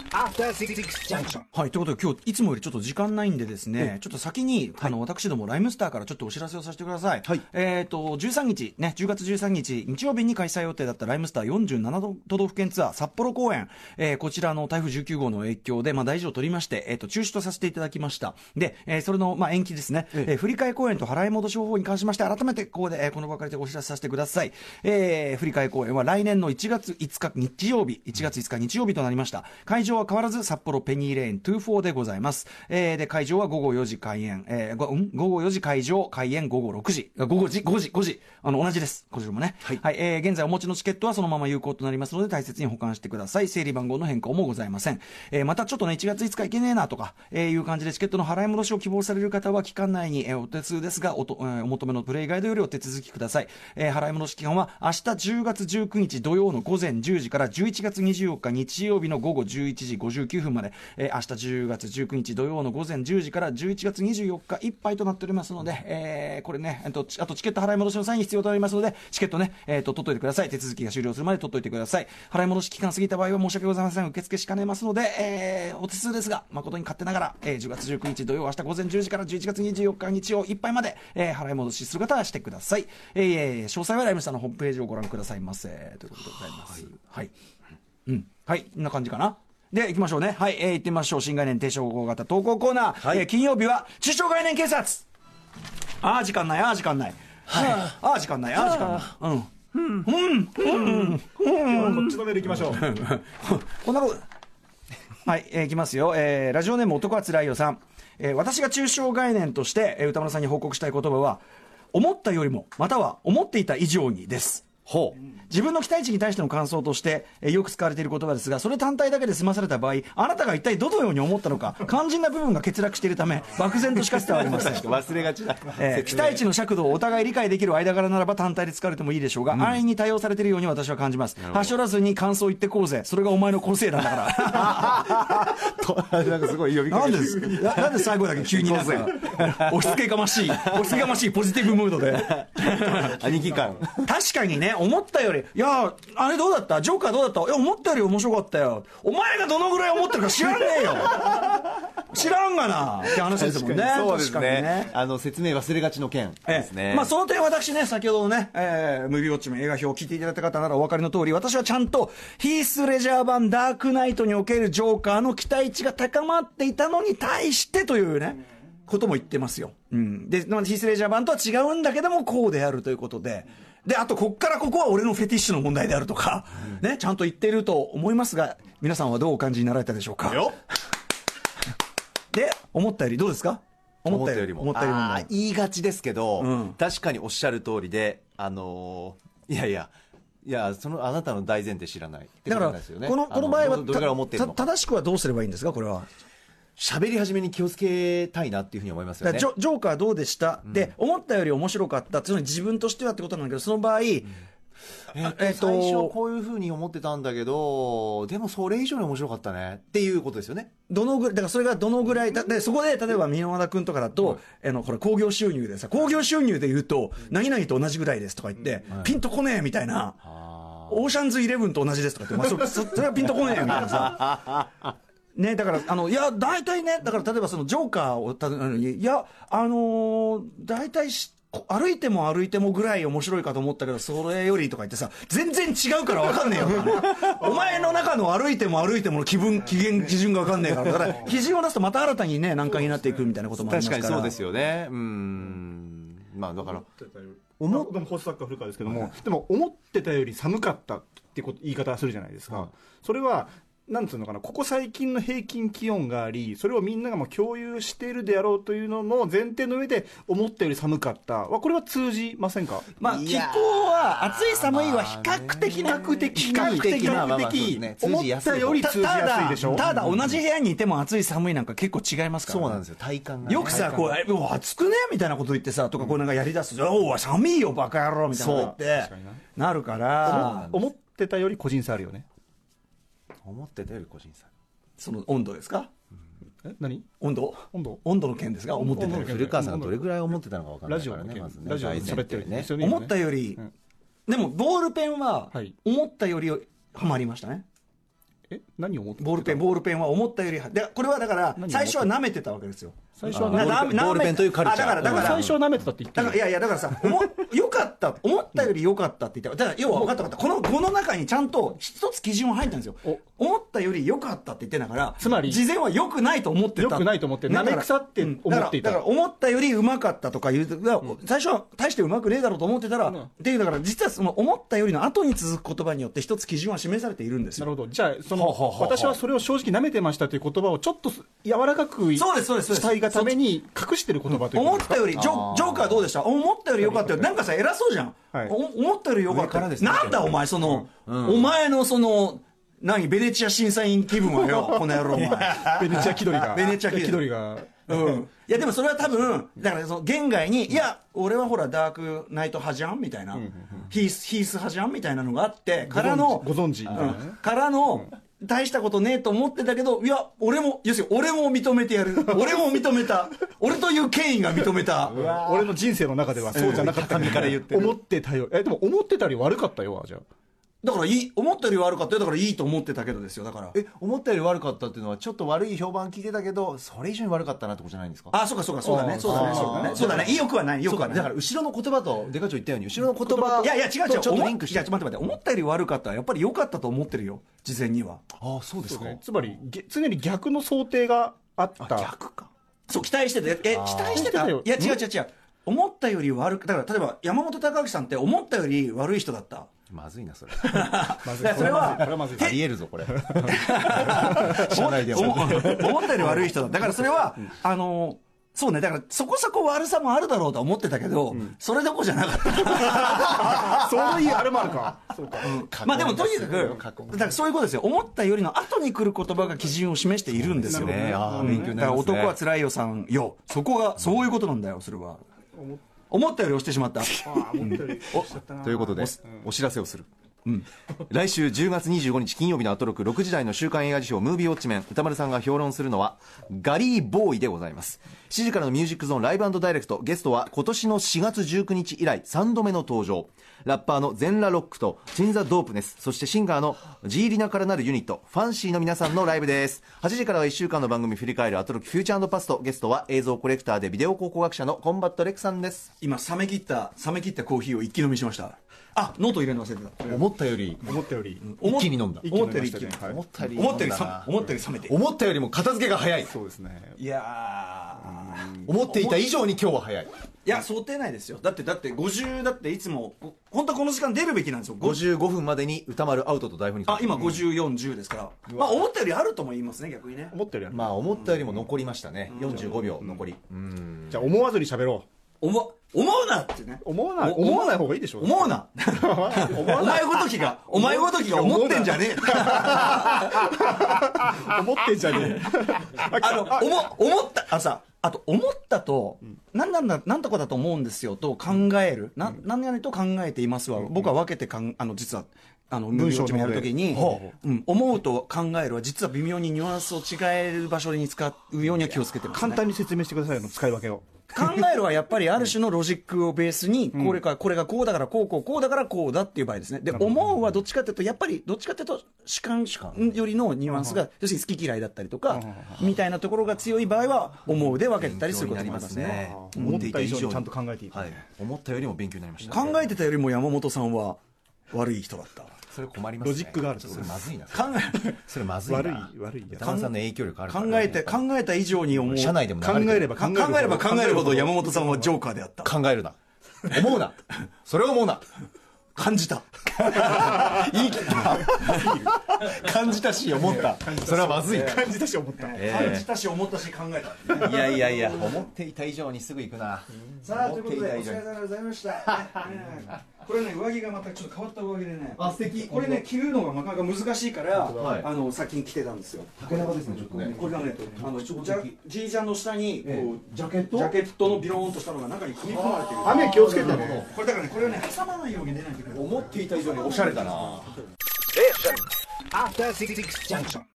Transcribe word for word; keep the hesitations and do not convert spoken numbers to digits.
After Six Junction。 はい、ということで今日いつもよりちょっと時間ないんでですね、ちょっと先に、はい、あの私どもライムスターからちょっとお知らせをさせてください。はい、えっ、ー、とじゅうさんにちね、じゅうがつじゅうさんにち日曜日に開催予定だったライムスターよんじゅうなな都道府県ツアー札幌公演、えー、こちらの台風じゅうきゅうごうの影響でまあ大事を取りまして、えっ、ー、と中止とさせていただきました。で、えー、それのまあ延期ですね。えー、振り替え公演と払い戻し方法に関しまして改めてここで、えー、この場からでお知らせさせてください。えー、振り替え公演は来年のいちがついつか日曜日、いちがついつか日曜日となりました。会場は変わらず札幌ペニーレーンにじゅうよんでございます。えー、で会場はごごよじ開演、えーごうん、午後よじ会場、開演ごごろくじ、午後時ごじごじ、あの同じです。こちらもね。はい、はい、えー、現在お持ちのチケットはそのまま有効となりますので大切に保管してください。整理番号の変更もございません。えー、またちょっとねいちがついつか行けねえなとか、えー、いう感じでチケットの払い戻しを希望される方は期間内に、えー、お手数ですがおと、えー、お求めのプレイガイドよりお手続きください。えー、払い戻し期間は明日じゅうがつじゅうくにち土曜のごぜんじゅうじからじゅういちがつにじゅうよっか日曜日の午後じゅういちじごじゅうきゅうふんまで、えー、明日じゅうがつじゅうくにち土曜のごぜんじゅうじからじゅういちがつにじゅうよっかいっぱいとなっておりますので、えー、これね、えっと、あとチケット払い戻しの際に必要となりますのでチケットね、えー、と取っといてください。手続きが終了するまで取っといてください。払い戻し期間過ぎた場合は申し訳ございません。受付しかねますので、えー、お手数ですが誠に勝手ながら、えー、じゅうがつじゅうくにち土曜明日ごぜんじゅうじからじゅういちがつにじゅうよっか日曜いっぱいまで、えー、払い戻しする方はしてください。えー、詳細はライムスターのホームページをご覧くださいませということでございます。はい、はい、うん、はい、こんな感じかな。で行きましょうね。はい、えー、行ってみましょう。新概念提唱型投稿コーナー、はい、えー、金曜日は中小概念警察。ああ時間ないああ時間ない、はい、ああ時間ないああ時間ない、うんうんうんうんうん、 こっちのメール行きましょうこんなことはい、えー、いきますよ。えー、ラジオネーム男はつらいよさん、えー、私が抽象概念として、えー、歌丸さんに報告したい言葉は思ったよりもまたは思っていた以上にです。ほう、自分の期待値に対しての感想として、えー、よく使われている言葉ですが、それ単体だけで済まされた場合、あなたが一体どのように思ったのか肝心な部分が欠落しているため漠然としか伝わりません忘れがちだ、 えー、期待値の尺度をお互い理解できる間柄ならば単体で使われてもいいでしょうが、うん、安易に多用されているように私は感じます。はしょらずに感想言ってこうぜ、それがお前の個性なんだからなんかすごい呼びかけてる。 なんでな、なんで最後だけ急になんか押し付けがましい押し付けがましいポジティブムードで兄貴感。 確かにね、思ったより、いやあれどうだった、ジョーカーどうだった、いや思ったより面白かったよ、お前がどのぐらい思ってるか知らねえよ知らんがなって話ですもんね。 そうですね、 ね、 あの説明忘れがちの件ですね。 ええ、まあ、その点私ね、先ほどのね、えー、ムービーウォッチメン映画表を聞いていただいた方ならお分かりの通り、私はちゃんとヒース・レジャー版ダークナイトにおけるジョーカーの期待値が高まっていたのに対してというねことも言ってますよ、うん、でヒース・レジャー版とは違うんだけどもこうであるということで、であとこっからここは俺のフェティッシュの問題であるとか、うん、ね、ちゃんと言っていると思いますが、皆さんはどうお感じになられたでしょうか。で思ったよりどうですか。 思ったよりも思ったよりもあ言いがちですけど、 うん、 確かにおっしゃる通りで、あのー、いやいやいや、そのあなたの大前提知らないってことなんですよね。 だからこのこの場合はどれぐらい思ってるのか、 正しくはどうすればいいんですか。これは喋り始めに気をつけたいなっていうふうに思いますよね。 ジ ョ, ジョーカーどうでした、うん、で思ったより面白かった、つまり自分としてはってことなんだけど、その場合、うん、えーえー、と最初こういうふうに思ってたんだけど、でもそれ以上に面白かったねっていうことですよね。 どのぐらいだから、それがどのぐらいだで、そこで例えば箕輪田君とかだと、うん、あのこれ興行収入でさ、興行収入で言うと何々と同じぐらいですとか言って、うん、ピンとこねえみたいな、うん、オーシャンズイレブンと同じですとかって、まあ、そ, そ, それはピンとこねえみたいなさね、だからあのいや大体ね、だから例えばそのジョーカーをたいやあのー、大体し歩いても歩いてもぐらい面白いかと思ったけど、それよりとか言ってさ、全然違うから分かんねえよお前の中の歩いても歩いてもの気分基準基準が分かんねえから、だから基準を出すとまた新たにね難解になっていくみたいなこともありますから。 確かにそうですよね。うーん、まあだから思ってた放送作家古川ですけども、はい、でも思ってたより寒かったってこと言い方するじゃないですか、はい、それはなんつうのかな、ここ最近の平均気温があり、それをみんながもう共有しているであろうというのの前提の上で思ったより寒かったは、これは通じませんか。 まあ、気候は暑い寒いは比較的比較的比較的比較的思ったより通じやすいでしょ。ただ同じ部屋にいても暑い寒いなんか結構違いますから、ね、 そうなんですよ、体感が、ね、 よくさこうう暑くねみたいなこと言ってさとか、こうなんかやりだすと、おお寒いよバカ野郎みたいなこと言ってなるから、 思ってたより個人差あるよね。 思ってたより個人差、 その温度ですか、 うん、え何温度温度温度の件ですが、思ってたより古川さんがどれぐらい思ってたのか分からないからね、 ラジオの件、 まずね、 ラジオで喋ってるね、 思ったより、うん、でもボールペンは思ったよりはまりましたね、 え何を思ってボールペンボールペンは思ったよりでこれはだから最初は舐めてたわけですよ。 最初はボールペンボールペンというカルチャー。 だからだから最初は舐めてたって言ってる。 だからいやいやだからさ思よかった思ったより良かったって言ったらだから要は分かった分かったこの語の中にちゃんと一つ基準は入ったんですよ。思ったより良かったって言ってんだからつまり事前は良くないと思ってた。 良くないと思って舐め腐って思っていた。 だから思ったよりうまかったとかいう最初は大してうまくねえだろうと思ってたらっていうだから実はその思ったよりの後に続く言葉によって一つ基準は示されているんですよ。 なるほど。じゃあその私はそれを正直舐めてましたという言葉をちょっと柔らかくしたいがために隠してる言葉ということですか。 思ったよりジョジョーカーどうでした。思ったより良かったよ。なんかさ偉そうじゃん、はい、思ったより良かった。なんだお前その、うんうん、お前のその何ベネチア審査員気分はよこの野郎お前ベネチア気取りがベネチア気取りがうん、いやでもそれは多分だからその言外にいや俺はほらダークナイト派じゃんみたいな、うんうんうん、ヒースヒース派じゃんみたいなのがあってからのご存知、 うん、からの、うん、大したことねえと思ってたけどいや俺も要するに俺も認めてやる俺も認めた俺という権威が認めた俺の人生の中ではそうじゃなかったから言って思ってたよ。えでも思ってたより悪かったよじゃあ。 だからいい思ったより悪かったよ。だからいいと思ってたけどですよ。だからえ思ったより悪かったっていうのはちょっと悪い評判聞いてたけどそれ以上に悪かったなってことじゃないんですか。 あそうかそうかそうだねそうだねそうだねそうだねよくはないよくはない。 だから後ろの言葉とデカ長言ったように後ろの言葉いやいや違う違うちょっとリンクしていやちょっと待って待って思ったより悪かったはやっぱり良かったと思ってるよ事前には。 ああそうですか。 つまり常に逆の想定があった。 あ逆か。 そう期待しててえ期待してたよ。いや違う違う違う思ったより悪くだから例えば山本隆明さんって思ったより悪い人だった。 まずいなそれまずいそれはこれはまずいありえるぞこれ知らないでも思ったより悪い人だ。だからそれは、うん、あのそうねだからそこそこ悪さもあるだろうと思ってたけど、うん、それどころじゃなかったそういうあれもあるかそうか、 うん、まあでもとにかくだからそういうことですよ。思ったよりの後に来る言葉が基準を示しているんですよね。あ勉強になりますね。だから男はつらいよさんよそこがそういうことなんだよ。それは思ったより押してしまった。あ思ったより押しちゃったなということで、うん、お知らせをする、うん、来週じゅうがつにじゅうごにち金曜日のアトロクろくじ台の週刊映画辞表ムービーウォッチメン歌丸さんが評論するのはガリーボーイでございます。しちじからのミュージックゾーンライブ&ダイレクトゲストは今年のしがつじゅうくにち以来さんどめの登場ラッパーのゼンラロックとチンザ・ドープネスそしてシンガーのジーリナからなるユニットファンシーの皆さんのライブです。はちじからはいっしゅうかんの番組振り返るアトロクフューチャー&パストゲストは映像コレクターでビデオ考古学者のコンバットレックさんです。 今冷め切った冷め切ったコーヒーを一気飲みしました。あノート入れるの忘れてた。 思ったより思ったより一気に飲んだ。 思ったより一気に思ったより思ったより思ったより冷めて思ったよりも片付けが早い。 そうですね。 いや思っていた以上に今日は早い。 いや想定内ですよ。だってだってごじゅうだっていつも本当はこの時間出るべきなんですよ。 ごじゅうごふんまでに歌丸アウトと台本にあ今ごじゅうよんじゅうですから、うん、まあ思ったよりあるとも言いますね逆にね。 思ったよりある。 まあ思ったよりも残りましたね、うん、よんじゅうごびょう残り、 うん、じゃあ思わずに喋ろう。 思思うなってね。 思わない思わない方がいいでしょ。 思うなお前ごときがお前ごときが思ってんじゃねえ思ってんじゃねえあの思思ったあさあと思ったと、うん、何なんだ何とかだと思うんですよと考える、うん、な何々と考えていますは、うん、僕は分けてかんあの実はあの文章をやるときに、うん、思うと考えるは実は微妙にニュアンスを違える場所に使うようには気をつけてるんですね。 簡単に説明してくださいよ使い分けを。 考えるはやっぱりある種のロジックをベースにこれかこれがこうだからこうこうこうだからこうだっていう場合ですね。で思うはどっちかというとやっぱりどっちかというと主観よりのニュアンスが要するに好き嫌いだったりとかみたいなところが強い場合は思うで分けたりすることになりますね。 思っていた以上にちゃんと考えていい、 はい、思ったよりも勉強になりました。 考えてたよりも山本さんは悪い人だった。 それ困りますね。 ロジックがある。 それまずいな。 考えそれまずいな。 悪い悪い。 歌丸さんの影響力あるから、 ね。考えて考えた以上に思う。 社内でも考えれば考えれば考えるほど山本さんはジョーカーであった。 考えるな。思うな。それを思うな。 感じた。 言い切った。感じたし思った。それはまずい。 感じたし思った。 えー、感じたし思ったし考えた。 いやいやいや、思っていた以上にすぐ行くな。 さあということでお疲れ様でございました。これね上着がまたちょっと変わった上着でね。 あ素敵。 これね着るのがなかなか難しいから、はい、あの先に着てたんですよ。 竹中ですねちょっとね。 これがねあのジャジージャンの下にこうジャケットジャケットのビローンとしたのが中に組み込まれてる。 雨気をつけてね。 これだからねこれをね挟まないように出ないといけない。 思っていた以上におしゃれだな。 After Six Junction